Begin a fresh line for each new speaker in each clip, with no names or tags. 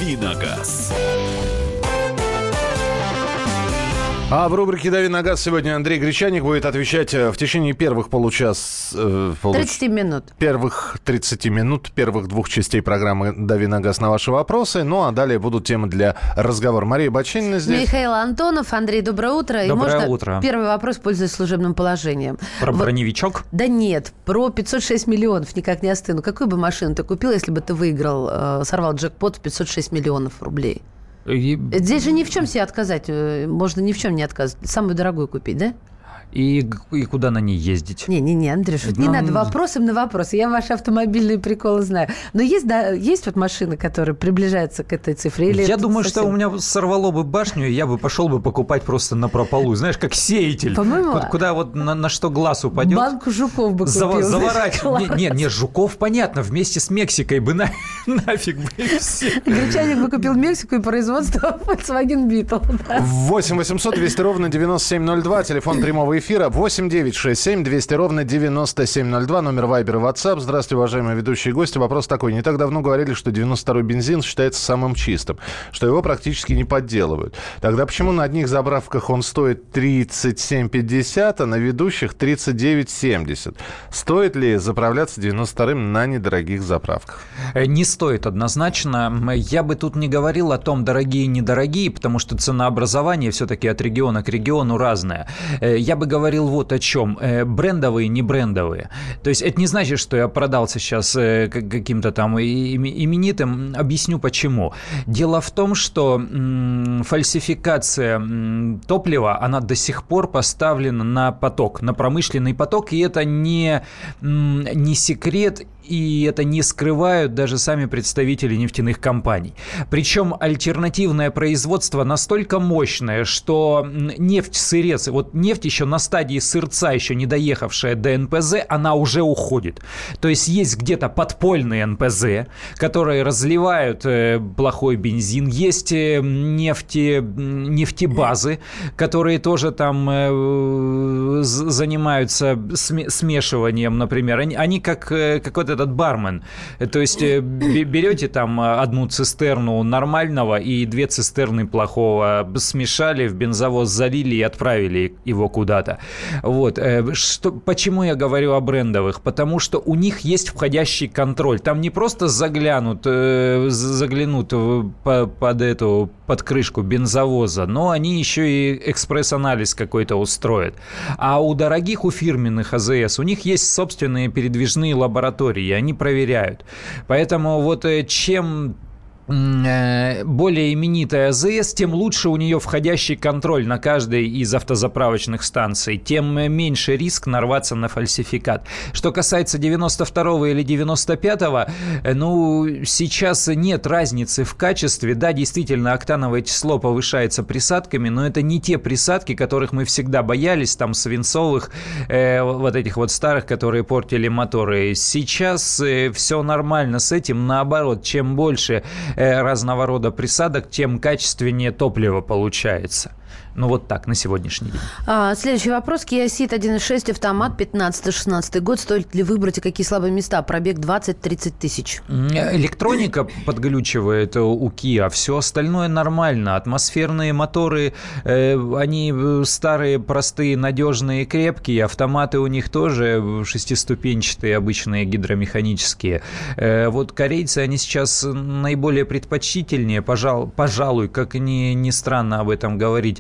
«Давиногаз».
А в рубрике «Дави на газ» сегодня Андрей Гречаник будет отвечать в течение первых
30 минут.
Первых 30 минут, первых двух частей программы «Дави на газ» на ваши вопросы. Ну, а далее будут темы для разговора. Мария Баченина здесь.
Михаил Антонов. Андрей, доброе утро.
Доброе утро.
Первый вопрос, пользуясь служебным положением.
Про броневичок?
Да нет, про 506 миллионов. Никак не остыну. Какую бы машину ты купил, если бы ты выиграл, сорвал джекпот в 506 миллионов рублей? Здесь же ни в чем себе отказать. Можно ни в чем не отказывать. Самую дорогую купить, да?
И куда на ней ездить?
Не, Андрюш, не надо вопросом на вопросы. Я ваши автомобильные приколы знаю. Но есть вот машины, которые приближаются к этой цифре? Или
я думаю, что у меня сорвало бы башню, и я бы пошел бы покупать просто напропалу. Знаешь, как сеятель.
По-моему,
куда вот на что глаз упадет.
Банку жуков бы купил.
Заворачивать. Нет, жуков, понятно, вместе с Мексикой бы нафиг бы и все.
Гречаник бы купил Мексику и производство Volkswagen Beetle.
8 800 200 ровно 9702, телефон прямого эфира 8 967 200 ровно 9702, номер Вайбер и WhatsApp. Здравствуйте, уважаемые ведущие и гости. Вопрос такой. Не так давно говорили, что 92-й бензин считается самым чистым, что его практически не подделывают. Тогда почему на одних заправках он стоит 37,50, а на ведущих 39,70? Стоит ли заправляться 92-м на недорогих заправках?
Не стоит однозначно. Я бы тут не говорил о том, дорогие и недорогие, потому что ценообразование все-таки от региона к региону разное. Я бы говорил вот о чем. Брендовые, не брендовые. То есть это не значит, что я продался сейчас каким-то там именитым. Объясню почему. Дело в том, что фальсификация топлива, она до сих пор поставлена на поток, на промышленный поток, и это не секрет, и это не скрывают даже сами представители нефтяных компаний. Причем альтернативное производство настолько мощное, что нефть-сырец, вот нефть еще на стадии сырца, еще не доехавшая до НПЗ, она уже уходит. То есть есть где-то подпольные НПЗ, которые разливают плохой бензин, есть нефтебазы, которые тоже там занимаются смешиванием, например. Они как какой-то этот бармен. То есть берете там одну цистерну нормального и две цистерны плохого, смешали, в бензовоз залили и отправили его куда-то. Вот. Почему я говорю о брендовых? Потому что у них есть входящий контроль. Там не просто заглянут под крышку бензовоза, но они еще и экспресс-анализ какой-то устроят. А у дорогих, у фирменных АЗС, у них есть собственные передвижные лаборатории, и они проверяют. Поэтому вот чем более именитая АЗС, тем лучше у нее входящий контроль на каждой из автозаправочных станций, тем меньше риск нарваться на фальсификат. Что касается 92-го или 95-го, сейчас нет разницы в качестве. Да, действительно, октановое число повышается присадками, но это не те присадки, которых мы всегда боялись, там свинцовых, вот этих вот старых, которые портили моторы. Сейчас все нормально с этим, наоборот, чем больше разного рода присадок, тем качественнее топливо получается. Вот так, на сегодняшний день.
Следующий вопрос. Kia Ceed 1.6, автомат, 15-16 год. Стоит ли выбрать и какие слабые места? Пробег 20-30 тысяч.
Электроника подглючивает у Kia. Все остальное нормально. Атмосферные моторы, они старые, простые, надежные, крепкие. Автоматы у них тоже шестиступенчатые, обычные, гидромеханические. Вот корейцы, они сейчас наиболее предпочтительнее, пожалуй, как ни странно об этом говорить,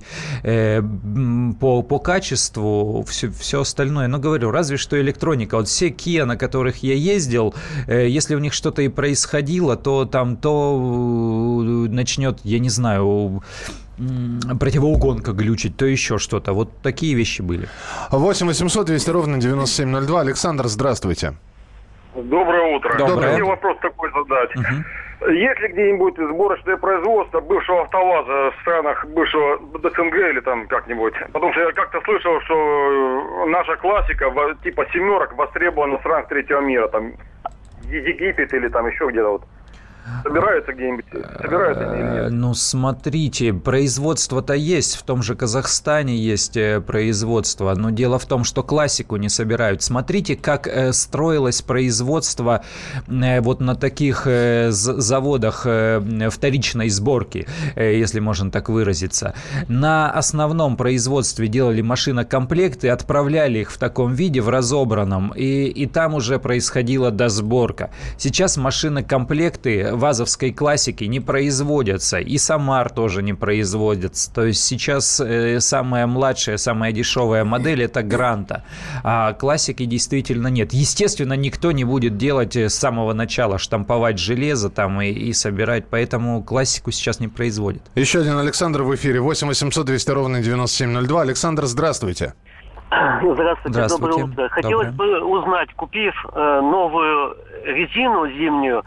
по качеству, все остальное. Но говорю, разве что электроника. Вот все Kia, на которых я ездил, если у них что-то и происходило, то начнет, я не знаю, противоугонка глючить, то еще что-то. Вот такие вещи были.
8 800 200 ровно 9702. Александр, здравствуйте.
Доброе утро.
Доброе.
Мне вопрос такой задать.
Угу.
Есть ли где-нибудь сборочное производство бывшего АвтоВАЗа в странах бывшего ДСНГ или там как-нибудь? Потому что я как-то слышал, что наша классика типа семерок востребована в странах третьего мира. Там Египет или там еще где-то вот. Собираются где-нибудь? Собираются или нет?
Ну, смотрите, производство-то есть. В том же Казахстане есть производство. Но дело в том, что классику не собирают. Смотрите, как строилось производство вот на таких заводах вторичной сборки, если можно так выразиться. На основном производстве делали машинокомплекты, отправляли их в таком виде, в разобранном, и там уже происходила досборка. Сейчас машинокомплекты вазовской классики не производятся, и Самар тоже не производится. То есть сейчас самая младшая, самая дешевая модель – это Гранта, а классики действительно нет. Естественно, никто не будет делать с самого начала, штамповать железо там и собирать, поэтому классику сейчас не производят.
Еще один Александр в эфире. 8 800 200 ровно 9702. Александр, здравствуйте.
Здравствуйте. Доброе утро. Хотелось бы узнать, купив новую резину зимнюю,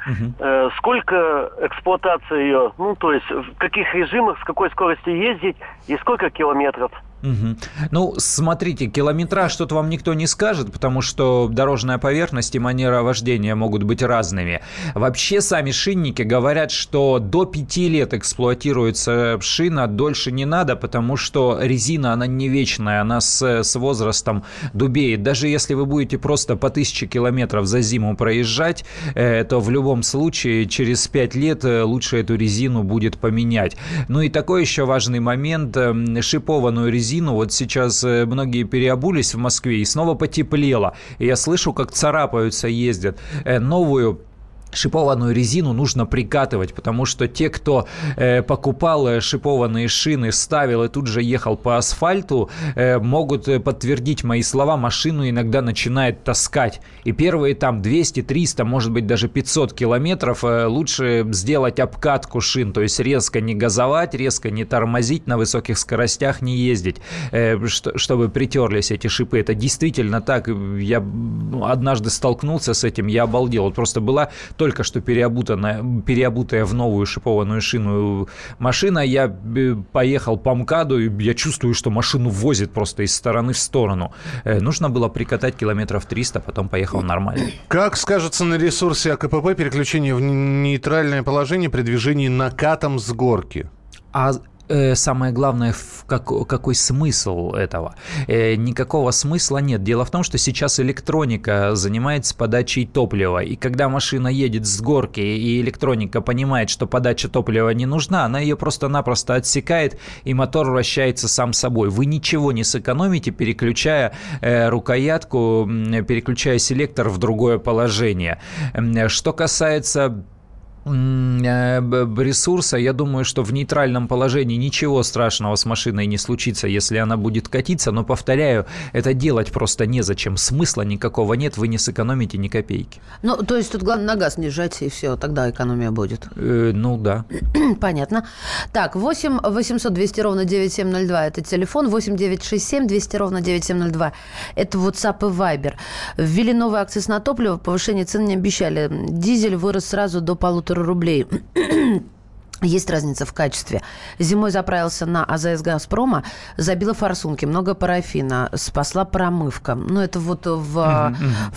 сколько эксплуатация ее, ну, то есть в каких режимах, с какой скоростью ездить и сколько километров?
Ну, смотрите, километраж тут вам никто не скажет, потому что дорожная поверхность и манера вождения могут быть разными. Вообще, сами шинники говорят, что до 5 лет эксплуатируется шина, дольше не надо, потому что резина, она не вечная, она с возрастом дубеет. Даже если вы будете просто по 1000 километров за зиму проезжать, то в любом случае через 5 лет лучше эту резину будет поменять. Ну и такой еще важный момент, шипованную резину. Вот сейчас многие переобулись в Москве и снова потеплело. И я слышу, как царапаются, ездят. Новую шипованную резину нужно прикатывать, потому что те, кто покупал шипованные шины, ставил и тут же ехал по асфальту, могут подтвердить мои слова, машину иногда начинает таскать. И первые там 200, 300, может быть даже 500 километров лучше сделать обкатку шин, то есть резко не газовать, резко не тормозить, на высоких скоростях не ездить, чтобы притерлись эти шипы. Это действительно так. Я однажды столкнулся с этим, я обалдел. Вот просто была только что переобутая в новую шипованную шину машина, я поехал по МКАДу, и я чувствую, что машину возит просто из стороны в сторону. Нужно было прикатать километров 300, потом поехал нормально. Как
скажется на ресурсе АКПП переключение в нейтральное положение при движении накатом с горки?
Самое главное, какой смысл этого? Никакого смысла нет. Дело в том, что сейчас электроника занимается подачей топлива. И когда машина едет с горки, и электроника понимает, что подача топлива не нужна, она ее просто-напросто отсекает, и мотор вращается сам собой. Вы ничего не сэкономите, переключая рукоятку, переключая селектор в другое положение. Что касается ресурса, я думаю, что в нейтральном положении ничего страшного с машиной не случится, если она будет катиться, но, повторяю, это делать просто незачем, смысла никакого нет, вы не сэкономите ни копейки.
Ну, то есть тут главное на газ не жать, и все, тогда экономия будет.
Ну, да.
Понятно. Так, 8 800 200 ровно 9702 это телефон, 8 967 200 ровно 9702 это WhatsApp и Viber. Ввели новые акцизы на топливо, повышение цен не обещали. Дизель вырос сразу до 1,5 рублей. Есть разница в качестве. Зимой заправился на АЗС «Газпрома», забила форсунки, много парафина, спасла промывка. Ну, это вот в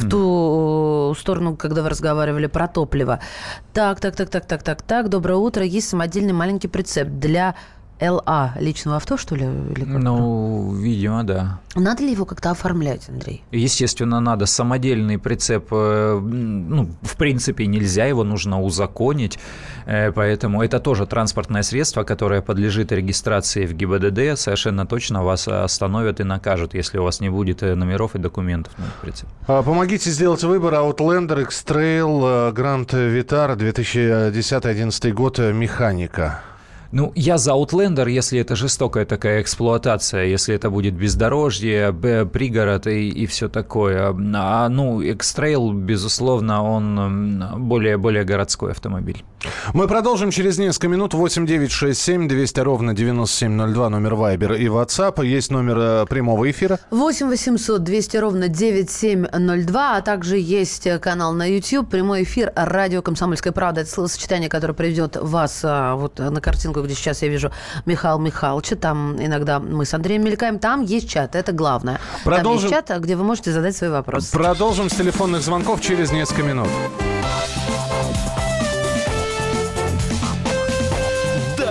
ту сторону, когда вы разговаривали про топливо. Так. Доброе утро. Есть самодельный маленький прицеп для ЛА личного авто, что ли? Или
ну, видимо, да.
Надо ли его как-то оформлять, Андрей?
Естественно, надо. Самодельный прицеп, ну, в принципе, нельзя, его нужно узаконить. Поэтому это тоже транспортное средство, которое подлежит регистрации в ГИБДД. Совершенно точно вас остановят и накажут, если у вас не будет номеров и документов на прицеп.
Помогите сделать выбор. Outlander, X-Trail, Grand Vitara, 2010-2011 год, механика.
Ну, я за Outlander, если это жестокая такая эксплуатация, если это будет бездорожье, пригород и все такое. Ну, X-Trail, безусловно, он более городской автомобиль.
Мы продолжим через несколько минут. 8 967 200 ровно 9702, номер Viber и WhatsApp. Есть номер прямого эфира. 8
800 200 ровно 9702, а также есть канал на YouTube, прямой эфир «Радио Комсомольская правда». Это словосочетание, которое приведет вас вот на картинку, где сейчас я вижу Михаила Михайловича. Там иногда мы с Андреем мелькаем. Там есть чат, это главное. Продолжим. Там есть чат, где вы можете задать свои вопросы.
Продолжим с телефонных звонков через несколько минут.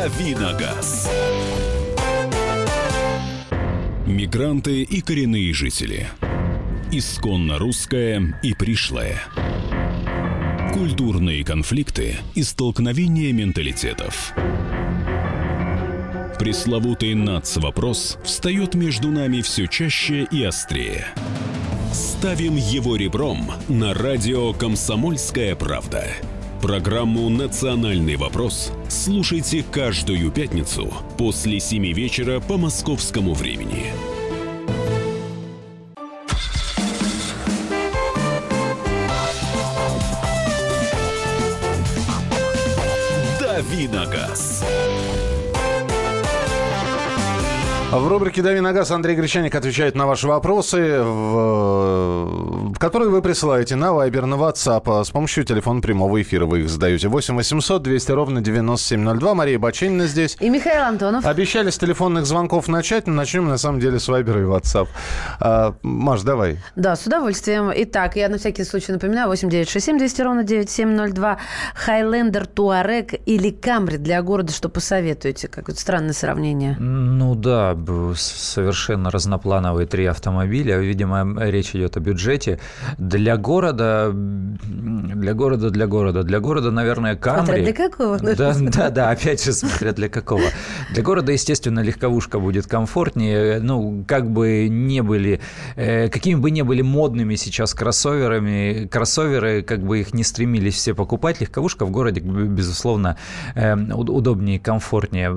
Давиногаз. Мигранты и коренные жители. Исконно русское и пришлое. Культурные конфликты и столкновения менталитетов. Пресловутый НАЦ-вопрос встает между нами все чаще и острее. Ставим его ребром на радио «Комсомольская правда». Программу «Национальный вопрос» слушайте каждую пятницу после 7 вечера по московскому времени. Давиногаз.
В рубрике «Дави на газ» Андрей Гречаник отвечает на ваши вопросы, которые вы присылаете на Viber, на WhatsApp. С помощью телефона прямого эфира вы их задаете. 8 800 200 ровно 9702. Мария Баченина здесь.
И Михаил Антонов.
Обещали с телефонных звонков начать, но начнем на самом деле с Viber и WhatsApp. Маш, давай.
Да, с удовольствием. Итак, я на всякий случай напоминаю, 8 967 200 ровно 9702. Хайлендер, Туарек или Камри для города, что посоветуете? Какое-то странное сравнение.
Ну да, совершенно разноплановые 3 автомобиля. Видимо, речь идет о бюджете. Для города, наверное, Камри.
Смотря для какого?
Да, опять же, смотря для какого. Для города, естественно, легковушка будет комфортнее. Ну, какими бы ни были модными сейчас кроссоверы, как бы их не стремились все покупать, легковушка в городе, безусловно, удобнее и комфортнее.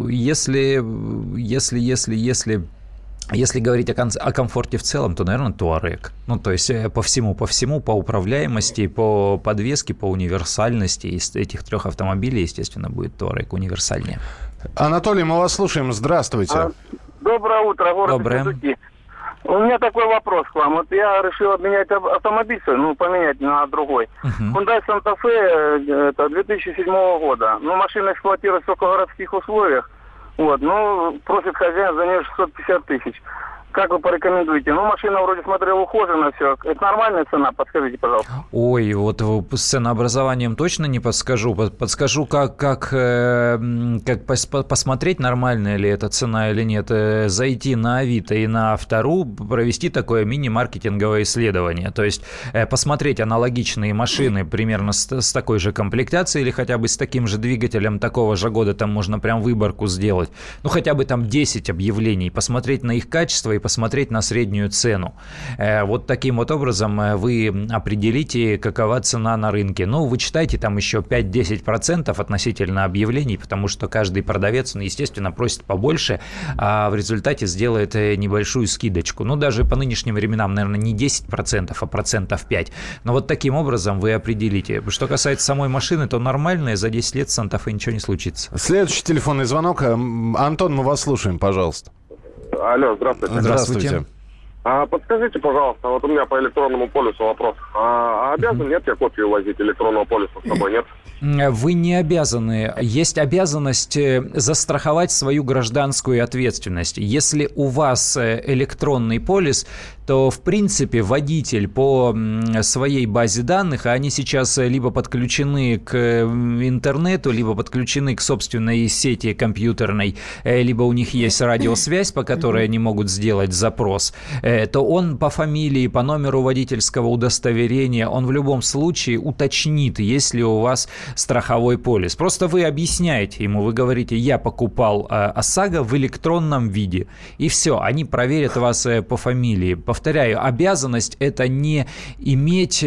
Если говорить о комфорте в целом, то, наверное, Туарек. Ну, то есть по всему, по управляемости, по подвеске, по универсальности из этих 3 автомобилей, естественно, будет Туарек универсальнее.
Анатолий, мы вас слушаем. Здравствуйте.
Доброе утро, город
Доброе.
Петухи. У меня такой вопрос к вам. Вот я решил обменять автомобиль, поменять на другой. Hyundai Santa Fe, это 2007 года. Машина эксплуатируется только в городских условиях. Просит хозяин за нее 650 тысяч. Как вы порекомендуете? Машина вроде, смотрел, ухожена, все. Это нормальная цена? Подскажите, пожалуйста.
Ой, вот с ценообразованием точно не подскажу. Подскажу, как посмотреть, нормальная ли эта цена или нет. Зайти на Авито и на Автору, провести такое мини-маркетинговое исследование. То есть посмотреть аналогичные машины примерно с такой же комплектацией или хотя бы с таким же двигателем такого же года. Там можно прям выборку сделать. Хотя бы там 10 объявлений. Посмотреть на их качество и посмотреть на среднюю цену. Вот таким вот образом вы определите, какова цена на рынке. Вы читайте там еще 5-10% относительно объявлений, потому что каждый продавец, естественно, просит побольше, а в результате сделает небольшую скидочку. Даже по нынешним временам, наверное, не 10%, а 5%. Но вот таким образом вы определите. Что касается самой машины, то нормальная, за 10 лет с Санта-Фе ничего не случится.
Следующий телефонный звонок. Антон, мы вас слушаем, пожалуйста.
Алло, здравствуйте.
Здравствуйте.
Подскажите, пожалуйста, вот у меня по электронному полису вопрос. Обязан нет я копию возить электронного полиса с собой, нет?
Вы не обязаны. Есть обязанность застраховать свою гражданскую ответственность. Если у вас электронный полис, то, в принципе, водитель по своей базе данных, а они сейчас либо подключены к интернету, либо подключены к собственной сети компьютерной, либо у них есть радиосвязь, по которой они могут сделать запрос, то он по фамилии, по номеру водительского удостоверения, он в любом случае уточнит, есть ли у вас страховой полис. Просто вы объясняете ему, вы говорите, я покупал ОСАГО в электронном виде, и все, они проверят вас по фамилии. Повторяю, обязанность – это не иметь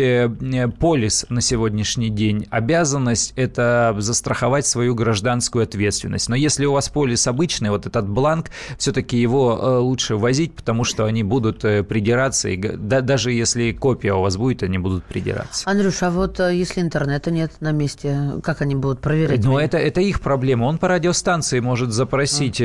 полис на сегодняшний день. Обязанность – это застраховать свою гражданскую ответственность. Но если у вас полис обычный, вот этот бланк, все-таки его лучше возить, потому что они будут придираться. И даже если копия у вас будет, они будут придираться.
Андрюш, а вот если интернета нет на месте, как они будут проверять?
Это их проблема. Он по радиостанции может запросить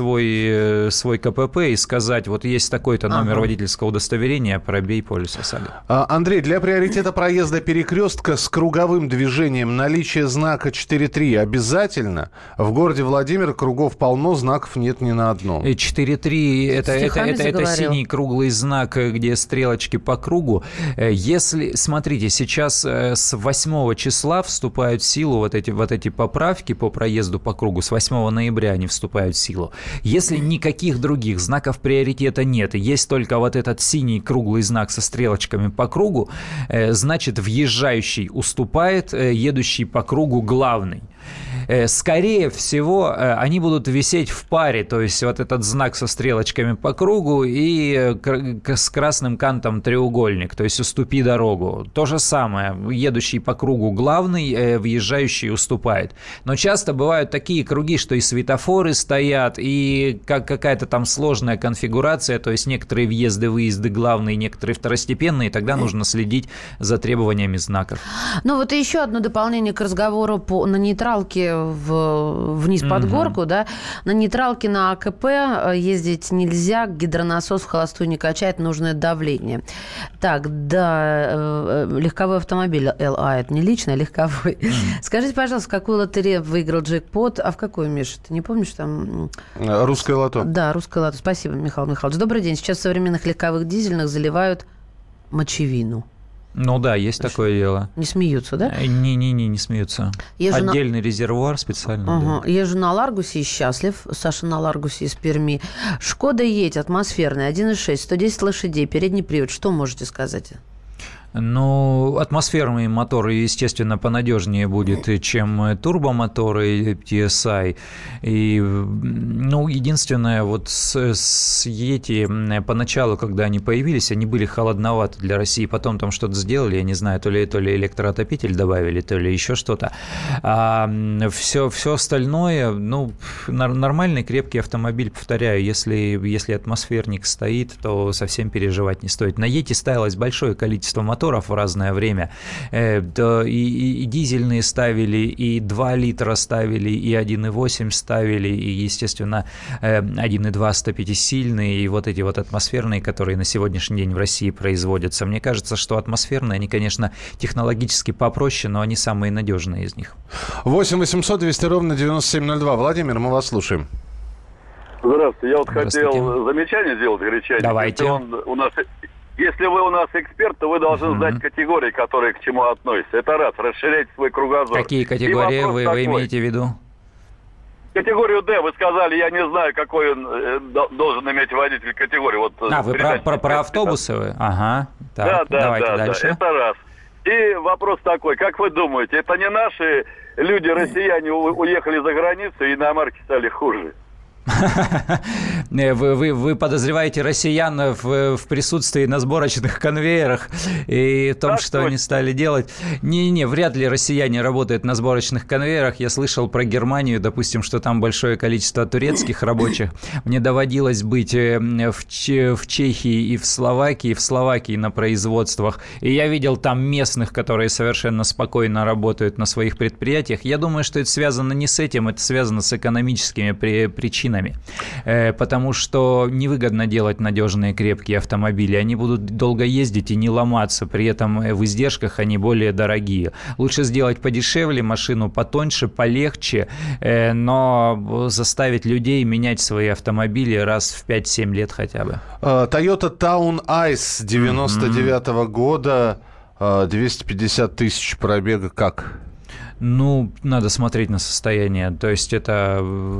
свой КПП и сказать, вот есть такой-то номер водительского удостоверения, пробей полис ОСАГО.
Андрей, для приоритета проезда перекрестка с круговым движением наличие знака 4.3 обязательно? В городе Владимир кругов полно, знаков нет ни на одном.
4.3 это синий круглый круглый знак, где стрелочки по кругу. Если, смотрите, сейчас с 8 числа вступают в силу вот эти поправки по проезду по кругу, с 8 ноября они вступают в силу. Если никаких других знаков приоритета нет, и есть только вот этот синий круглый знак со стрелочками по кругу, значит, въезжающий уступает, едущий по кругу главный. Скорее всего, они будут висеть в паре, то есть вот этот знак со стрелочками по кругу и с красным кантом треугольник, то есть уступи дорогу. То же самое, едущий по кругу главный, въезжающий уступает. Но часто бывают такие круги, что и светофоры стоят, и какая-то там сложная конфигурация, то есть некоторые въезды-выезды главные, некоторые второстепенные, тогда нужно следить за требованиями знаков.
Ну вот и еще одно дополнение к разговору на нейтралке вниз под горку, да, на нейтралке на АКП ездить нельзя, гидронасос в холостую не качает, нужное давление. Так, да, легковой автомобиль ЛА, это не лично, а легковой. Скажите, пожалуйста, в какую лотерею выиграл джекпот, а в какую, Миша, ты не помнишь там?
Русское лото.
Да, русское лото. Спасибо, Михаил Михайлович. Добрый день. Сейчас в современных легковых дизельных заливают мочевину.
Ну да, есть такое дело.
Не смеются, да?
Не смеются. Отдельный резервуар специально. Да.
Езжу на Ларгусе и счастлив. Саша на Ларгусе из Перми. Шкода Едь, атмосферная, 1.6, 110 лошадей, передний привод. Что можете сказать?
Ну, атмосферный мотор, естественно, понадежнее будет, чем турбомоторы TSI. И, ну, единственное, вот с Yeti поначалу, когда они появились, они были холодноваты для России. Потом там что-то сделали, я не знаю, то ли электроотопитель добавили, то ли еще что-то. А все остальное, ну, нормальный, крепкий автомобиль, повторяю, если атмосферник стоит, то совсем переживать не стоит. На Yeti ставилось большое количество моторов в разное время. И дизельные ставили, и 2 литра ставили, и 1.8 ставили, и, естественно, 1.2 105-сильные, и вот эти вот атмосферные, которые на сегодняшний день в России производятся. Мне кажется, что атмосферные, они, конечно, технологически попроще, но они самые надежные из них.
8 800 200 ровно 9702. Владимир, мы вас слушаем.
Здравствуйте. Я вот хотел замечание сделать, горячанин.
Давайте.
Если вы у нас эксперт, то вы должны знать категории, которые к чему относятся. Это раз, расширять свой кругозор.
Какие категории вы имеете в виду?
Категорию D, вы сказали, я не знаю, какой он должен иметь водитель категории. Вот,
вы про автобусы вы? Ага. Так, давайте дальше.
Да, это раз. И вопрос такой, как вы думаете, это не наши люди, россияне, уехали за границу и иномарки стали хуже?
Вы подозреваете россиян в присутствии на сборочных конвейерах и в том, что они стали делать? Не, вряд ли россияне работают на сборочных конвейерах. Я слышал про Германию, допустим, что там большое количество турецких рабочих. Мне доводилось быть в Чехии и в Словакии на производствах. И я видел там местных, которые совершенно спокойно работают на своих предприятиях. Я думаю, что это связано не с этим, это связано с экономическими причинами. Потому что невыгодно делать надежные крепкие автомобили. Они будут долго ездить и не ломаться. При этом в издержках они более дорогие. Лучше сделать подешевле машину, потоньше, полегче, но заставить людей менять свои автомобили раз в 5-7 лет хотя бы.
Toyota Town Ice 99-го года, 250 тысяч пробега. Как?
Ну, надо смотреть на состояние. То есть это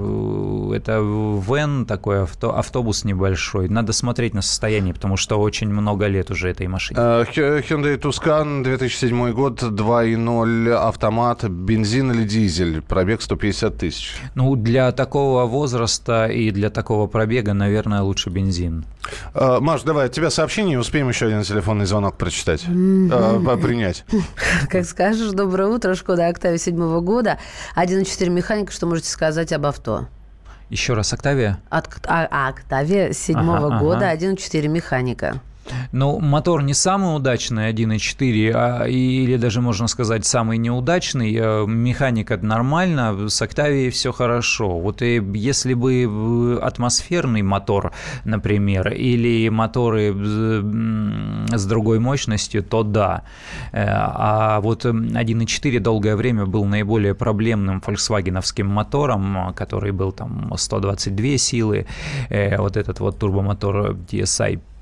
вэн, такой автобус небольшой. Надо смотреть на состояние, потому что очень много лет уже этой машине.
Hyundai Tucson, 2007 год, 2.0 автомат, бензин или дизель? Пробег 150 тысяч.
Ну, для такого возраста и для такого пробега, наверное, лучше бензин.
Маш, давай, от тебя сообщение, успеем еще один телефонный звонок прочитать, принять.
Как скажешь, доброе утро, Шкода Октавия 7 года, 1.4 механика, что можете сказать об авто?
Еще раз, Октавия?
Октавия 7 года, 1.4 механика.
Ну, мотор не самый удачный, 1.4, или даже, можно сказать, самый неудачный. Механика нормально, с Октавией все хорошо. Вот и если бы атмосферный мотор, например, или моторы с другой мощностью, то да. А вот 1.4 долгое время был наиболее проблемным фольксвагеновским мотором, который был там 122 силы. Вот этот вот турбомотор TSI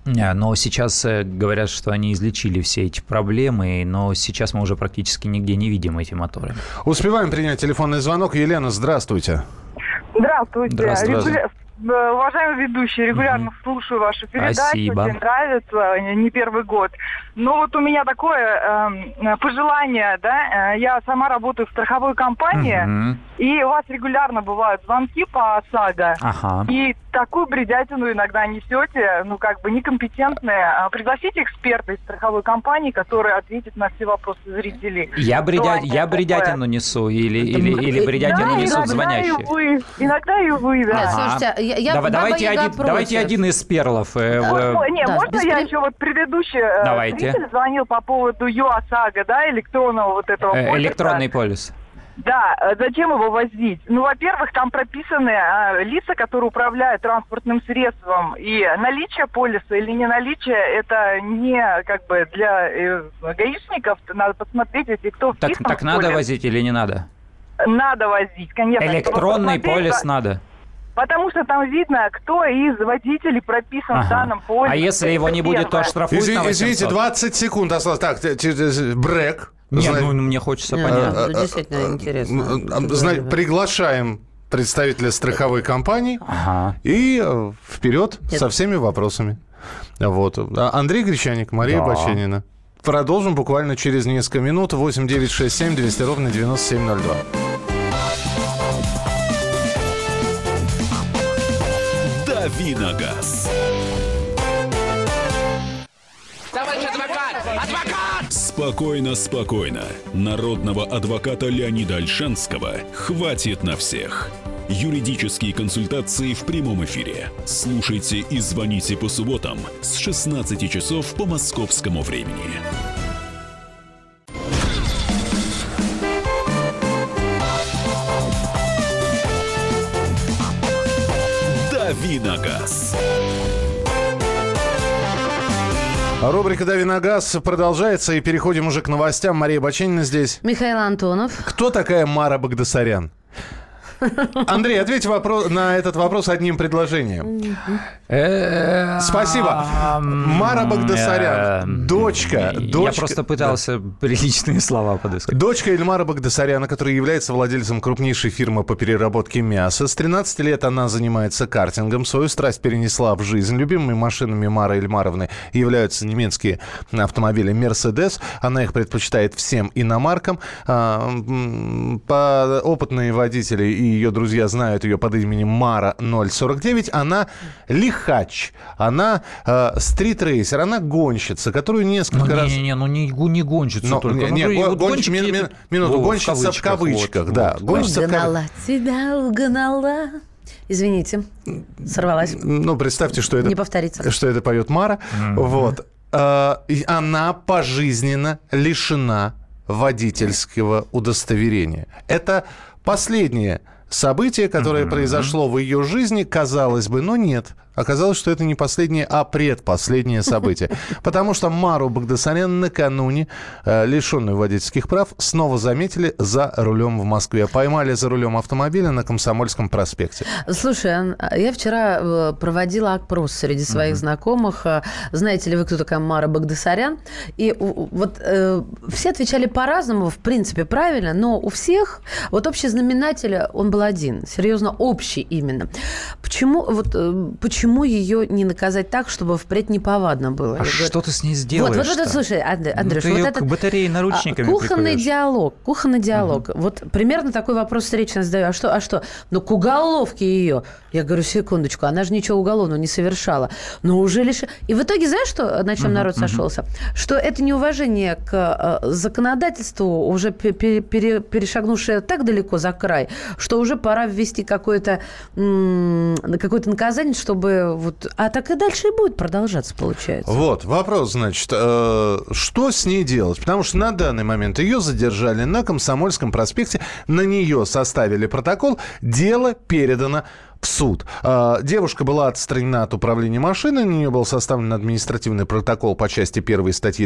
Но сейчас говорят, что они излечили все эти проблемы, но сейчас мы уже практически нигде не видим эти моторы.
Успеваем принять телефонный звонок. Елена, здравствуйте.
Здравствуйте.
Здравствуйте.
Уважаемый ведущий, регулярно слушаю ваши передачи.
Спасибо.
Очень нравится, не первый год. Но вот у меня такое пожелание, да, я сама работаю в страховой компании, и у вас регулярно бывают звонки по ОСАГО, и такую бредятину иногда несете, некомпетентные. Пригласите эксперта из страховой компании, который ответит на все вопросы зрителей.
Я бредятину несу или бредятину несут звонящие?
Иногда и вы, да.
Слушайте,
давайте один из перлов.
Можно я еще предыдущий зритель звонил по поводу ЮОСАГО, да, электронного вот этого полиса.
Электронный полис.
Да, зачем его возить? Во-первых, там прописаны лица, которые управляют транспортным средством, и наличие полиса или не наличие, это не для гаишников, надо посмотреть, если кто вписан.
Так надо возить или не надо?
Надо возить, конечно.
Электронный полис надо.
Потому что там видно, кто из водителей прописан в данном полисе.
А если его не будет, то оштрафуют на 800.
Извините, 20 секунд осталось. Так, брек.
Нет, мне хочется понять.
Действительно интересно.
Приглашаем представителя страховой компании и вперед со всеми вопросами. Вот. Андрей Гречаник, Мария Баченина. Продолжим буквально через несколько минут. 8 9 6 7 200 ровно 9702.
Давиногаз.
Товарищ адвокат! Адвокат!
Спокойно, спокойно. Народного адвоката Леонида Ольшанского хватит на всех. Юридические консультации в прямом эфире. Слушайте и звоните по субботам с 16 часов по московскому времени. Давиногаз.
Рубрика «Дави на газ» продолжается, и переходим уже к новостям. Мария Баченина здесь.
Михаил Антонов.
Кто такая Мара Багдасарян? Андрей, ответь на этот вопрос одним предложением. Спасибо. Мара Багдасарян, дочка.
Я просто пытался приличные слова подыскать.
Дочка Ильмара Багдасаряна, который является владельцем крупнейшей фирмы по переработке мяса. С 13 лет она занимается картингом. Свою страсть перенесла в жизнь. Любимыми машинами Мары Ильмаровны являются немецкие автомобили «Мерседес». Она их предпочитает всем иномаркам. Опытные водители и ее друзья знают ее под именем Мара 049. Она лихач, она стритрейсер, она гонщица, которую несколько раз...
Не гонщица только.
Гонщица в кавычках, да.
Угнала тебя, угнала. Извините, сорвалась.
Представьте, что это...
Не повторится.
Что это поет Мара. Вот. Она пожизненно лишена водительского удостоверения. Это последнее событие, которое произошло в ее жизни, казалось бы, но нет. Оказалось, что это не последнее, а предпоследнее событие. Потому что Мару Багдасарян накануне, лишенную водительских прав, снова заметили за рулем в Москве. Поймали за рулем автомобиля на Комсомольском проспекте.
Слушай, я вчера проводила опрос среди своих знакомых. Знаете ли вы, кто такая Мара Багдасарян? И вот все отвечали по-разному, в принципе, правильно, но у всех вот общий знаменатель, он был один. Серьезно, общий именно. Почему ее не наказать так, чтобы впредь неповадно было?
Что ты с ней сделаешь?
Вот, слушай, Андрюш,
ты ее к батарее наручниками
кухонный диалог. Вот примерно такой вопрос встречно задаю. А что? К уголовке ее. Я говорю, секундочку, она же ничего уголовного не совершала. Но уже лишь... И в итоге, знаешь, на чем народ сошелся? Что это неуважение к законодательству, уже перешагнувшее так далеко за край, что уже пора ввести какое-то наказание, чтобы А так и дальше и будет продолжаться, получается.
Вот, вопрос, значит, что с ней делать? Потому что на данный момент ее задержали на Комсомольском проспекте, на нее составили протокол, дело передано в суд. Девушка была отстранена от управления машиной, на нее был составлен административный протокол по части 1 статьи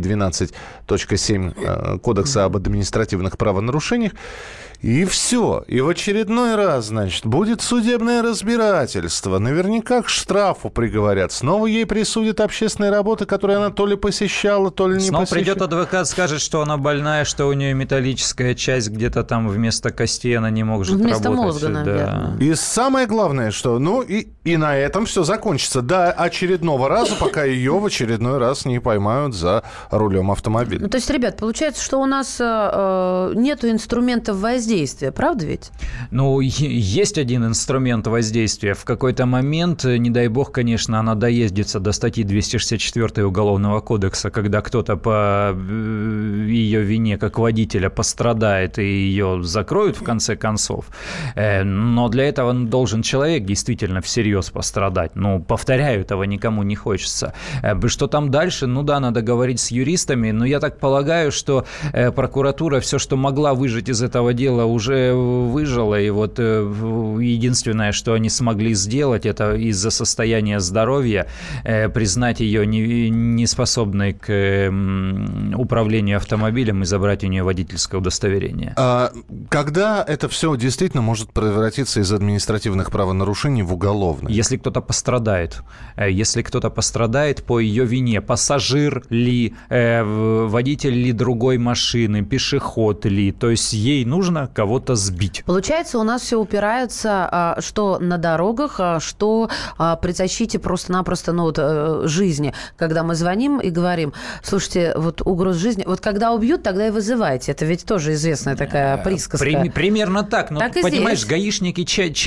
12.7 Кодекса об административных правонарушениях. И все. И в очередной раз, значит, будет судебное разбирательство. Наверняка к штрафу приговорят. Снова ей присудят общественные работы, которые она то ли посещала, то ли не
снова
посещала.
Придет адвокат, скажет, что она больная, что у нее металлическая часть где-то там вместо костей, она не может
вместо
работать.
Мозга, наверное.
И самое главное, что, и на этом все закончится. До очередного раза, пока ее в очередной раз не поймают за рулем автомобиля.
То есть, ребят, получается, что у нас нету инструментов воздействия, правда ведь?
Есть один инструмент воздействия. В какой-то момент, не дай бог, конечно, она доездится до статьи 264 Уголовного кодекса, когда кто-то по ее вине, как водителя, пострадает и ее закроют в конце концов. Но для этого должен человек действительно всерьез пострадать. Повторяю, этого никому не хочется. Что там дальше? Надо говорить с юристами, но я так полагаю, что прокуратура все, что могла выжать из этого дела, уже выжила, и вот единственное, что они смогли сделать, это из-за состояния здоровья признать ее неспособной к управлению автомобилем и забрать у нее водительское удостоверение.
Когда это все действительно может превратиться из административных правонарушений в уголовное?
Если кто-то пострадает. Если кто-то пострадает по ее вине, пассажир ли, водитель ли другой машины, пешеход ли, то есть ей нужно кого-то сбить.
Получается, у нас все упирается, что на дорогах, что при защите просто-напросто жизни. Когда мы звоним и говорим, слушайте, вот угроз жизни, вот когда убьют, тогда и вызывайте. Это ведь тоже известная такая присказка.
Примерно так. Но,
так
понимаешь,
здесь.
гаишники,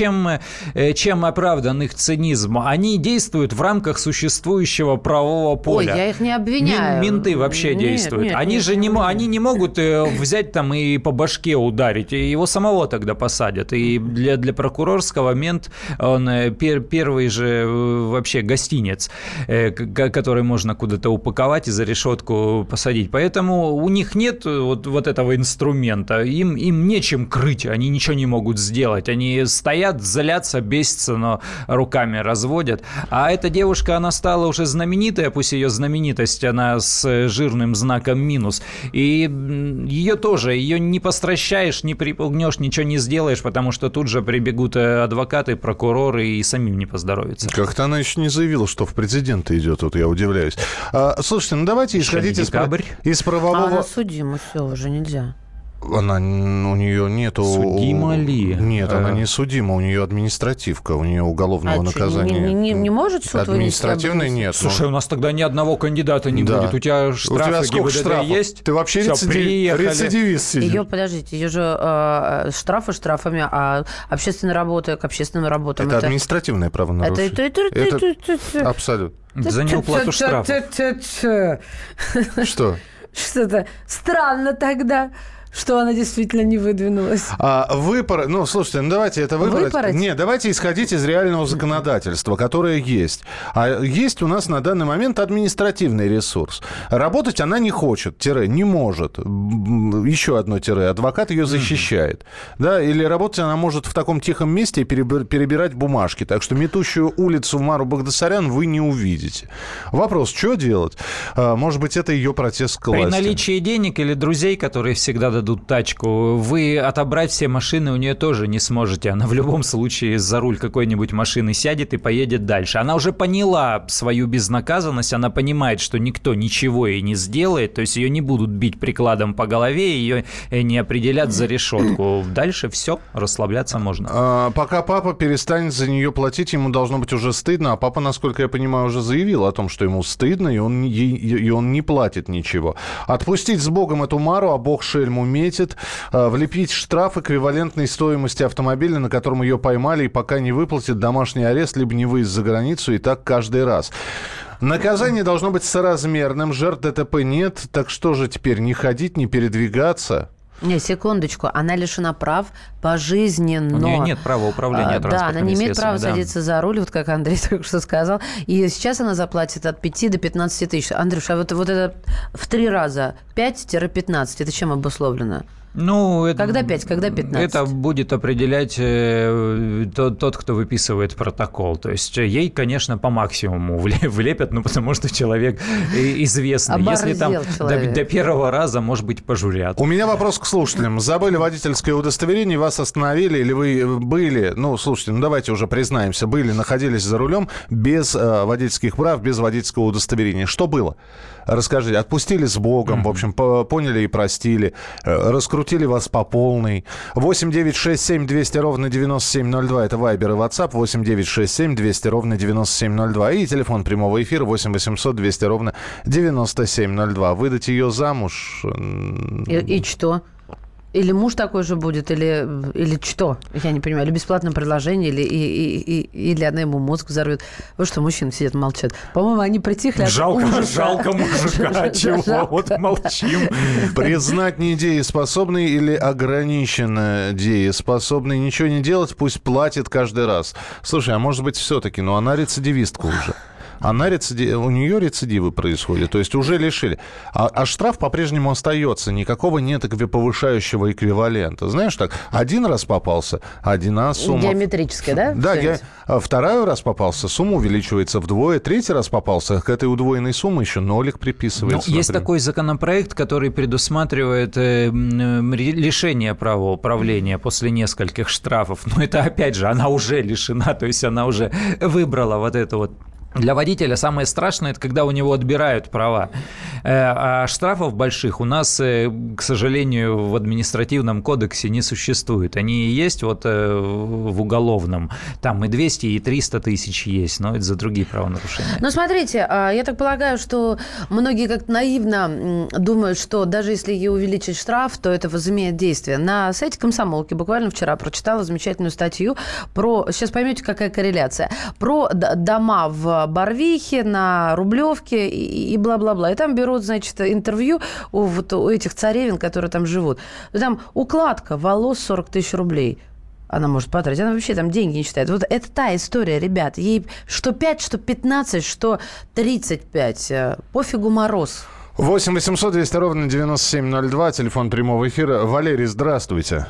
чем оправдан их цинизм? Они действуют в рамках существующего правового поля.
Ой, я их не обвиняю.
Менты вообще действуют. Они не могут взять там и по башке ударить. Его самого тогда посадят. И для прокурорского мент, он первый же вообще гостинец, который можно куда-то упаковать и за решетку посадить. Поэтому у них нет вот этого инструмента. Им нечем крыть, они ничего не могут сделать. Они стоят, злятся, бесятся, но руками разводят. А эта девушка, она стала уже знаменитой, пусть ее знаменитость, она с жирным знаком минус. И ее не постращаешь, не припугнешь, ничего не сделаешь, потому что тут же прибегут адвокаты, прокуроры и самим не поздоровится.
Как-то она еще не заявила, что в президенты идет, я удивляюсь. Слушайте, давайте исходить из правового...
Она судима, все, уже нельзя.
У нее нету...
Судима ли?
Нет, она не судима, у нее административка, у нее уголовного наказания.
Не может суд вынести?
Административной нет.
Слушай, у нас тогда ни одного кандидата не будет. У тебя штрафы ГИБДД есть?
Ты вообще рецидивист сидишь.
Подождите, ее же штрафы штрафами, а общественные работы к общественным работам.
Это административное правонарушение. Это абсолютно.
За неуплату штрафа.
Что?
Что-то странно тогда, что она действительно не выдвинулась.
Слушайте, давайте это выбрать. Нет, давайте исходить из реального законодательства, которое есть. А есть у нас на данный момент административный ресурс. Работать она не хочет, не может. Еще одно адвокат ее защищает. Да, или работать она может в таком тихом месте и перебирать бумажки. Так что метущую улицу Мару Багдасарян вы не увидите. Вопрос, что делать? Может быть, это ее протест к власти.
При наличии денег или друзей, которые всегда дадут тачку, вы отобрать все машины у нее тоже не сможете. Она в любом случае за руль какой-нибудь машины сядет и поедет дальше. Она уже поняла свою безнаказанность, она понимает, что никто ничего ей не сделает, то есть ее не будут бить прикладом по голове, ее не определят за решетку. Дальше все, расслабляться можно.
Пока папа перестанет за нее платить, ему должно быть уже стыдно, а папа, насколько я понимаю, уже заявил о том, что ему стыдно, и он не платит ничего. Отпустить с Богом эту Мару, а Бог шельму метит, влепить штраф эквивалентной стоимости автомобиля, на котором ее поймали, и пока не выплатит домашний арест, либо не выезд за границу, и так каждый раз. Наказание должно быть соразмерным, жертв ДТП нет, так что же теперь, не ходить, не передвигаться?
Не, секундочку, она лишена прав пожизненно.
У нее нет права управления транспортными средствами.
Да, она не имеет права садиться за руль, вот как Андрей только что сказал. И сейчас она заплатит от 5 до 15 тысяч. Андрюш, а вот это в 3 раза 5-15, это чем обусловлено?
Ну, это,
когда 5, когда 15?
Это будет определять тот, кто выписывает протокол. То есть ей, конечно, по максимуму влепят, ну, потому что человек известный.
Оборзел.
Если там до первого раза, может быть, пожурят.
У меня вопрос к слушателям. Забыли водительское удостоверение, вас остановили, или вы были, ну, слушайте, ну, давайте уже признаемся, находились за рулем без водительских прав, без водительского удостоверения. Что было? Расскажите. Отпустили с Богом, в общем, поняли и простили, раскрутили вас по полной. 8 9 6 7 200 ровно 9702. Это Вайбер и WhatsApp. 8 9 6 7 200 ровно 9702. И телефон прямого эфира 8 800 200 ровно 9702. Выдать ее замуж.
И что? Или муж такой же будет, или что? Я не понимаю. Или бесплатное предложение, или она ему мозг взорвет. Вот что, мужчины сидят, молчат. По-моему, они притихли.
Жалко мужика. Чего? Вот молчим.
Признать недееспособный или ограниченно дееспособный. Ничего не делать, пусть платит каждый раз. Слушай, а может быть все-таки, она рецидивистка уже. У нее рецидивы происходят, то есть уже лишили. А штраф по-прежнему остается, никакого нет повышающего эквивалента. Знаешь так, один раз попался, одна сумма...
Геометрическая, да?
Да, второй раз попался, сумма увеличивается вдвое, третий раз попался, к этой удвоенной сумме еще нолик приписывается.
Есть такой законопроект, который предусматривает лишение права управления после нескольких штрафов. Но это, опять же, она уже лишена, то есть она уже выбрала вот это вот. Для водителя самое страшное – это когда у него отбирают права. А штрафов больших у нас, к сожалению, в административном кодексе не существует. Они есть вот в уголовном. Там и 200, и 300 тысяч есть, но это за другие правонарушения.
Ну, смотрите, я так полагаю, что многие как-то наивно думают, что даже если ей увеличить штраф, то это возымеет действие. На сайте «Комсомолки» буквально вчера прочитала замечательную статью про, сейчас поймете, какая корреляция, про дома в Барвихе, на Рублевке и бла-бла-бла. И там берут, значит, интервью у этих царевин, которые там живут. Там укладка волос 40 тысяч рублей. Она может потратить. Она вообще там деньги не считает. Вот это та история, ребят. Ей что 5, что 15, что 35. Пофигу мороз.
8 800 200 ровно 9702. Телефон прямого эфира. Валерий, здравствуйте.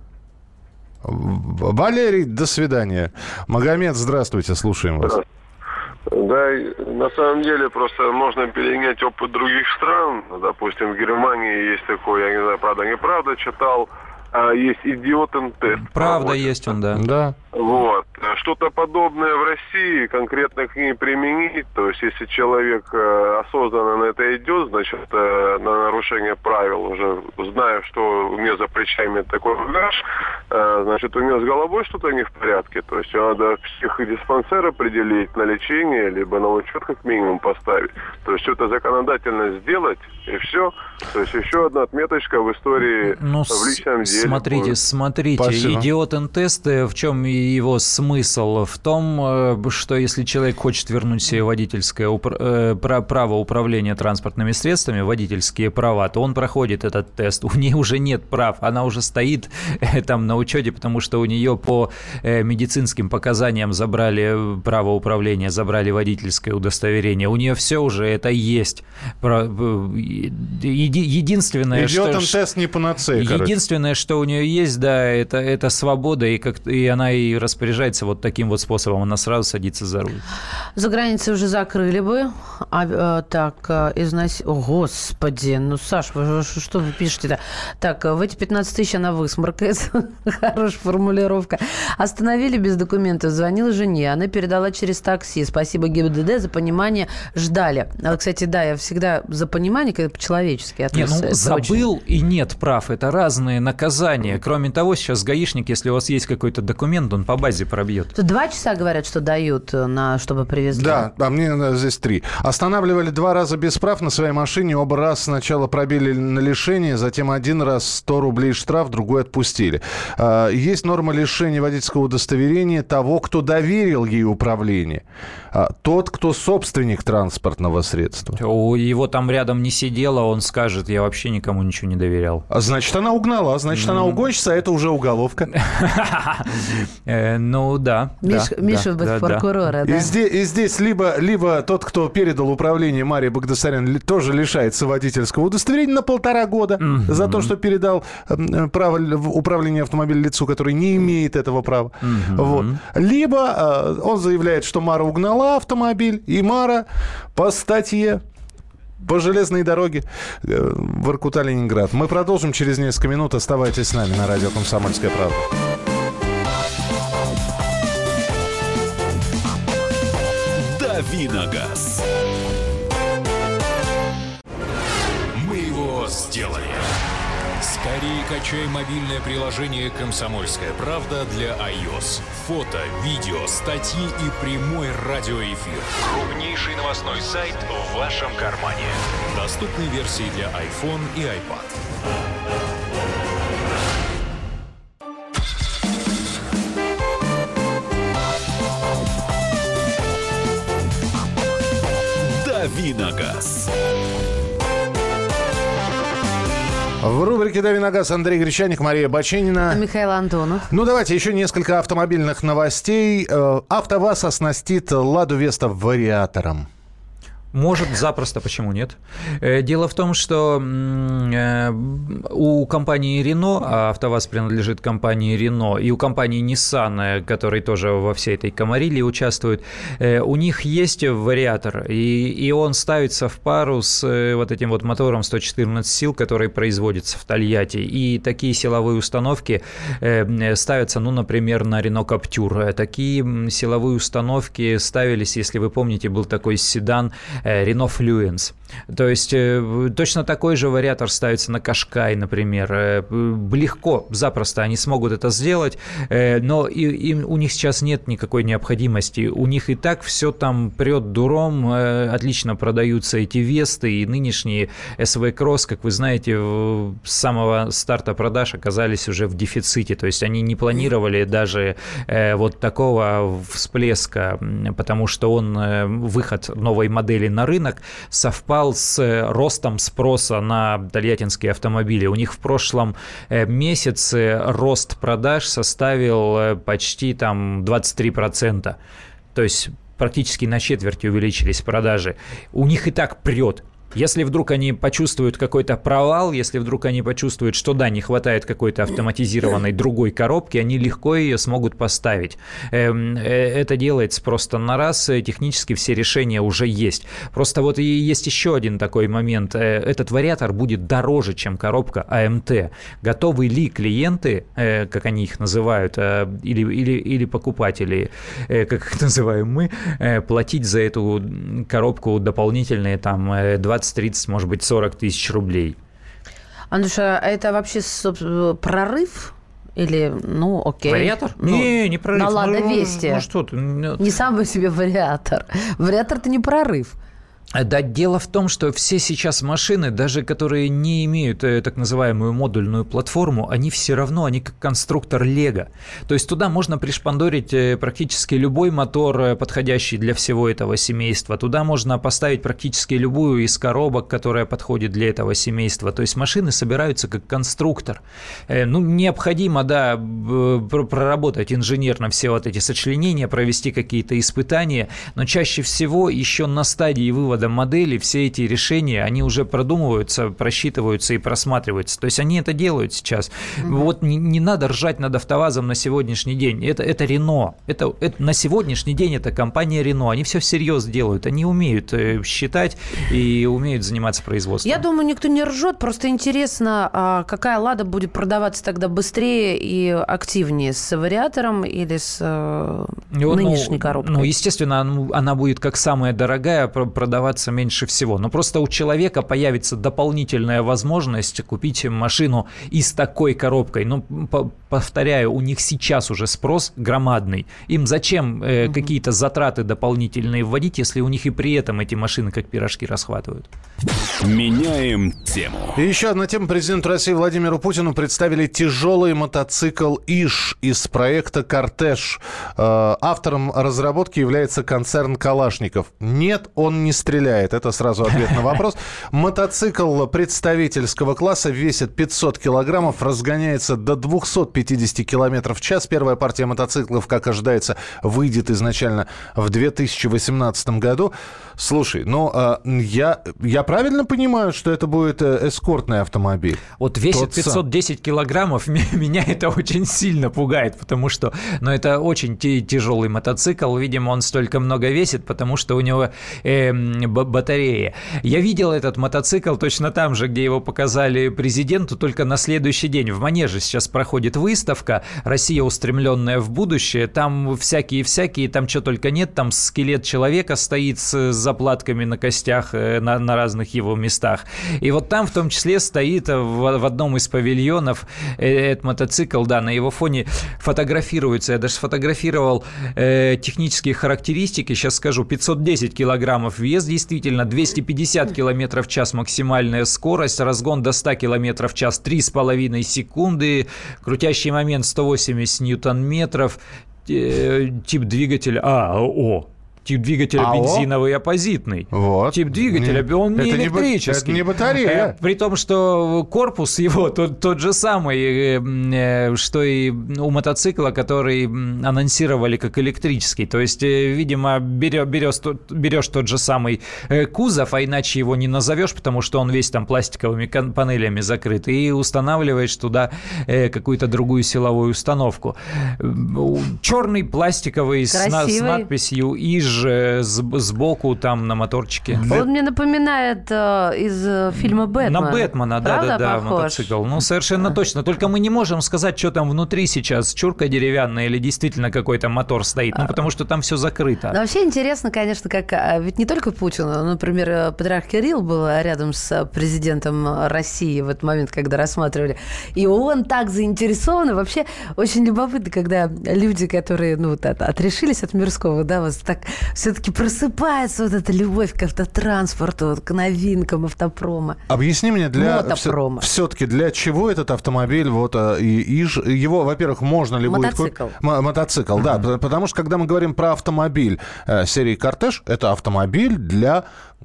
Валерий, до свидания. Магомед, здравствуйте. Слушаем вас.
Да, на самом деле просто можно перенять опыт других стран. Допустим, в Германии есть такой, я не знаю, правда, неправда, читал, есть идиотен-тест.
Правда есть он, да.
Да.
Вот. Что-то подобное в России конкретно к ней применить. То есть, если человек осознанно на это идет, значит, на нарушение правил, уже зная, что у меня за плечами такой багаж, значит, у него с головой что-то не в порядке. То есть, надо психодиспансер определить на лечение, либо на учет как минимум поставить. То есть, что-то законодательно сделать, и все. То есть, еще одна отметочка в истории, в личном деле.
Смотрите.
Спасибо.
Идиотен-тест, в чем его смысл? В том, что если человек хочет вернуть себе водительское право управления транспортными средствами, водительские права, то он проходит этот тест. У нее уже нет прав. Она уже стоит там на учете, потому что у нее по медицинским показаниям забрали право управления, забрали водительское удостоверение. У нее все уже это есть. Единственное,
Идиотен-тест не панацея,
единственное, что у нее есть, да, это свобода, и она и распоряжается вот таким вот способом. Она сразу садится за руль.
За границей уже закрыли бы. О, господи, Саш, что вы пишете-то? Так, в эти 15 тысяч она высморкается. Хорошая формулировка. Остановили без документов. Звонила жене. Она передала через такси. Спасибо ГИБДД за понимание. Ждали. Кстати, да, я всегда за понимание, когда по-человечески относится.
Забыл и нет прав. Это разные наказания. Кроме того, сейчас гаишник, если у вас есть какой-то документ, он по базе пробьет.
2 часа, говорят, что дают, чтобы привезли.
Да, а мне здесь 3. Останавливали 2 раза без прав на своей машине. Оба раза сначала пробили на лишение, затем 1 раз 100 рублей штраф, другой отпустили. Есть норма лишения водительского удостоверения того, кто доверил ей управление. Тот, кто собственник транспортного средства.
Его там рядом не сидело, он скажет, я вообще никому ничего не доверял.
Значит, она угнала, значит, она угонщица, а это уже уголовка.
Ну, да.
Миша быть прокурора, да.
И здесь либо тот, кто передал управление Марии Багдасарян, тоже лишается водительского удостоверения на 1,5 года за то, что передал право управления автомобилем лицу, который не имеет этого права. Вот. Либо он заявляет, что Мара угнала автомобиль, и Мара по статье по железной дороге Воркута-Ленинград. Мы продолжим через несколько минут. Оставайтесь с нами на радио «Комсомольская правда».
Давиногаз. Мы его сделали. Скорее качай мобильное приложение «Комсомольская правда» для iOS. Фото, видео, статьи и прямой радиоэфир. Крупнейший новостной сайт в вашем кармане. Доступны версии для iPhone и iPad. Давиногаз.
В рубрике «Давиногаз» Андрей Гречаник, Мария Баченина.
Михаил Антонов.
Ну, давайте еще несколько автомобильных новостей. АвтоВАЗ оснастит «Ладу Веста» вариатором.
Может, запросто, почему нет? Дело в том, что у компании Renault, а АвтоВАЗ принадлежит компании Renault, и у компании Nissan, который тоже во всей этой комарилии участвует, у них есть вариатор, и он ставится в пару с вот этим вот мотором 114 сил, который производится в Тольятти. И такие силовые установки ставятся, ну, например, на Renault Captur. Такие силовые установки ставились, если вы помните, был такой седан Renault Fluence. То есть точно такой же вариатор ставится на Qashqai, например. Легко, запросто они смогут это сделать, но у них сейчас нет никакой необходимости. У них и так все там прет дуром, отлично продаются эти Весты, и нынешние SV Cross, как вы знаете, с самого старта продаж оказались уже в дефиците. То есть они не планировали даже вот такого всплеска, потому что выход новой модели на рынок совпал с ростом спроса на тольяттинские автомобили. У них в прошлом месяце рост продаж составил почти там 23%. То есть практически на четверть увеличились продажи. У них и так прет. Если вдруг они почувствуют какой-то провал, если вдруг они почувствуют, что да, не хватает какой-то автоматизированной другой коробки, они легко ее смогут поставить. Это делается просто на раз, технически все решения уже есть. Просто вот и есть еще один такой момент. Этот вариатор будет дороже, чем коробка АМТ. Готовы ли клиенты, как они их называют, или покупатели, как их называем мы, платить за эту коробку дополнительные там 20-30, может быть, 40 тысяч рублей.
Андрюша, а это вообще прорыв? Или, ну, окей.
Вариатор? Не прорыв.
На «Лада Весте.
Ну, что ты?
Не сам по себе вариатор. Вариатор-то не прорыв.
Да, дело в том, что все сейчас машины, даже которые не имеют так называемую модульную платформу, они все равно, они как конструктор Лего. То есть туда можно пришпандорить практически любой мотор, подходящий для всего этого семейства. Туда можно поставить практически любую из коробок, которая подходит для этого семейства. То есть машины собираются как конструктор. Ну, необходимо, да, проработать инженерно все вот эти сочленения, провести какие-то испытания, но чаще всего еще на стадии вывода модели все эти решения, они уже продумываются, просчитываются и просматриваются. То есть они это делают сейчас. Вот не надо ржать над АвтоВАЗом на сегодняшний день. Это Renault. Это на сегодняшний день это компания Renault. Они все всерьез делают. Они умеют считать и умеют заниматься производством.
Я думаю, никто не ржет. Просто интересно, какая «Лада» будет продаваться тогда быстрее и активнее, с вариатором или с нынешней коробкой?
Ну, естественно, она будет как самая дорогая продаваться продаваться меньше всего. Но просто у человека появится дополнительная возможность купить машину и с такой коробкой. Ну, повторяю, у них сейчас уже спрос громадный. Им зачем какие-то затраты дополнительные вводить, если у них и при этом эти машины как пирожки расхватывают?
Меняем тему.
И еще одна тема. Президенту России Владимиру Путину представили тяжелый мотоцикл «Иж» из проекта «Кортеж». Автором разработки является концерн «Калашников». Нет, он не стреляет. Это сразу ответ на вопрос. Мотоцикл представительского класса весит 500 килограммов, разгоняется до 250 километров в час. Первая партия мотоциклов, как ожидается, выйдет изначально в 2018 году. Слушай, ну, я правильно понимаю, что это будет эскортный автомобиль?
Вот весит 510 килограммов, меня это очень сильно пугает, потому что, ну, это очень тяжелый мотоцикл, видимо, он столько много весит, потому что у него батарея. Я видел этот мотоцикл точно там же, где его показали президенту, только на следующий день. В Манеже сейчас проходит выставка «Россия, устремленная в будущее». Там всякие, там что только нет, там скелет человека стоит с заплатками на костях на разных его местах. И вот там в том числе стоит в одном из павильонов этот мотоцикл, да, на его фоне фотографируется. Я даже сфотографировал технические характеристики, сейчас скажу, 510 килограммов вес, действительно, 250 километров в час максимальная скорость, разгон до 100 километров в час 3,5 секунды, крутящий момент 180 ньютон-метров, тип двигателя Тип двигателя бензиновый и оппозитный. Вот. Тип двигателя, он не электрический.
Это не батарея.
При том, что корпус его тот же самый, что и у мотоцикла, который анонсировали как электрический. То есть, видимо, берешь тот же самый кузов, а иначе его не назовешь, потому что он весь там пластиковыми панелями закрыт, и устанавливаешь туда какую-то другую силовую установку. Черный пластиковый с надписью «Иж» сбоку там на моторчике.
Он мне напоминает из фильма «Бэтмен».
На Бэтмена, да, мотоцикл. Ну, совершенно точно. Только мы не можем сказать, что там внутри сейчас, чурка деревянная или действительно какой-то мотор стоит, ну, потому что там все закрыто.
Но вообще интересно, конечно, как... Ведь не только Путин, например, патриарх Кирилл был рядом с президентом России в этот момент, когда рассматривали, и он так заинтересован. И вообще очень любопытно, когда люди, которые, ну, вот отрешились от мирского, да, вот так все-таки просыпается вот эта любовь к автотранспорту, вот, к новинкам автопрома.
Объясни мне, все-таки для чего этот автомобиль, вот, его, во-первых, можно ли будет купить? Мотоцикл, да, потому что, когда мы говорим про автомобиль серии «Кортеж», это автомобиль для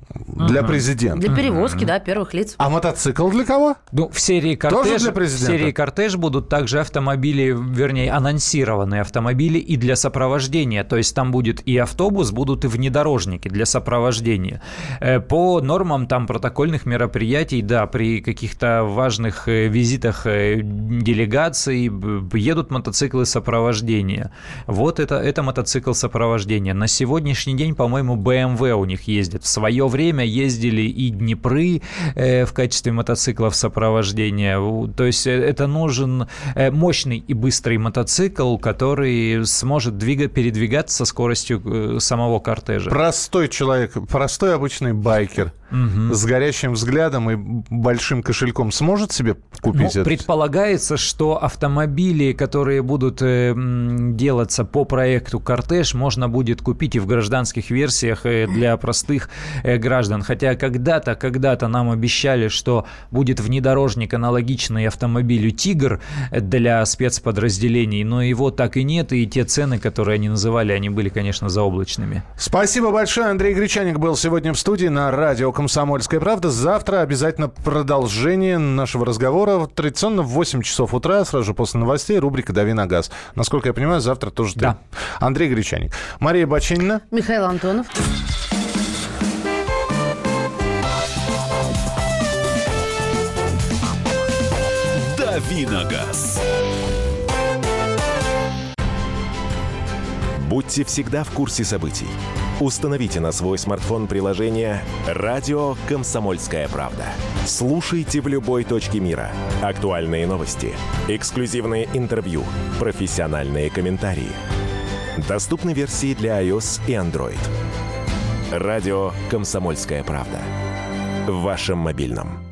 президента.
Для перевозки, да, первых лиц.
А мотоцикл для кого?
Ну, в серии «Кортеж» будут также автомобили, вернее, анонсированные автомобили и для сопровождения. То есть там будет и автобус, будут и внедорожники для сопровождения. По нормам там протокольных мероприятий, да, при каких-то важных визитах делегаций едут мотоциклы сопровождения. Вот это мотоцикл сопровождения. На сегодняшний день, по-моему, BMW у них ездит. В свое время ездили и Днепры в качестве мотоциклов сопровождения. То есть это нужен мощный и быстрый мотоцикл, который сможет передвигаться со скоростью самого кортежа.
Простой человек, простой обычный байкер с горящим взглядом и большим кошельком сможет себе купить это?
Предполагается, что автомобили, которые будут делаться по проекту «Кортеж», можно будет купить и в гражданских версиях для простых граждан. Хотя когда-то нам обещали, что будет внедорожник, аналогичный автомобилю «Тигр» для спецподразделений, но его так и нет, и те цены, которые они называли, они были, конечно, заоблачными.
Спасибо большое. Андрей Гречаник был сегодня в студии на радио «Комсомольская правда». Завтра обязательно продолжение нашего разговора. Традиционно в 8 часов утра, сразу же после новостей, рубрика «Дави на газ». Насколько я понимаю, завтра тоже ты.
Да.
Андрей Гречаник. Мария Бачинина.
Михаил Антонов.
«Дави на газ».
Будьте всегда в курсе событий. Установите на свой смартфон приложение «Радио Комсомольская правда». Слушайте в любой точке мира. Актуальные новости, эксклюзивные интервью, профессиональные комментарии. Доступны версии для iOS и Android. Радио «Комсомольская правда». В вашем мобильном.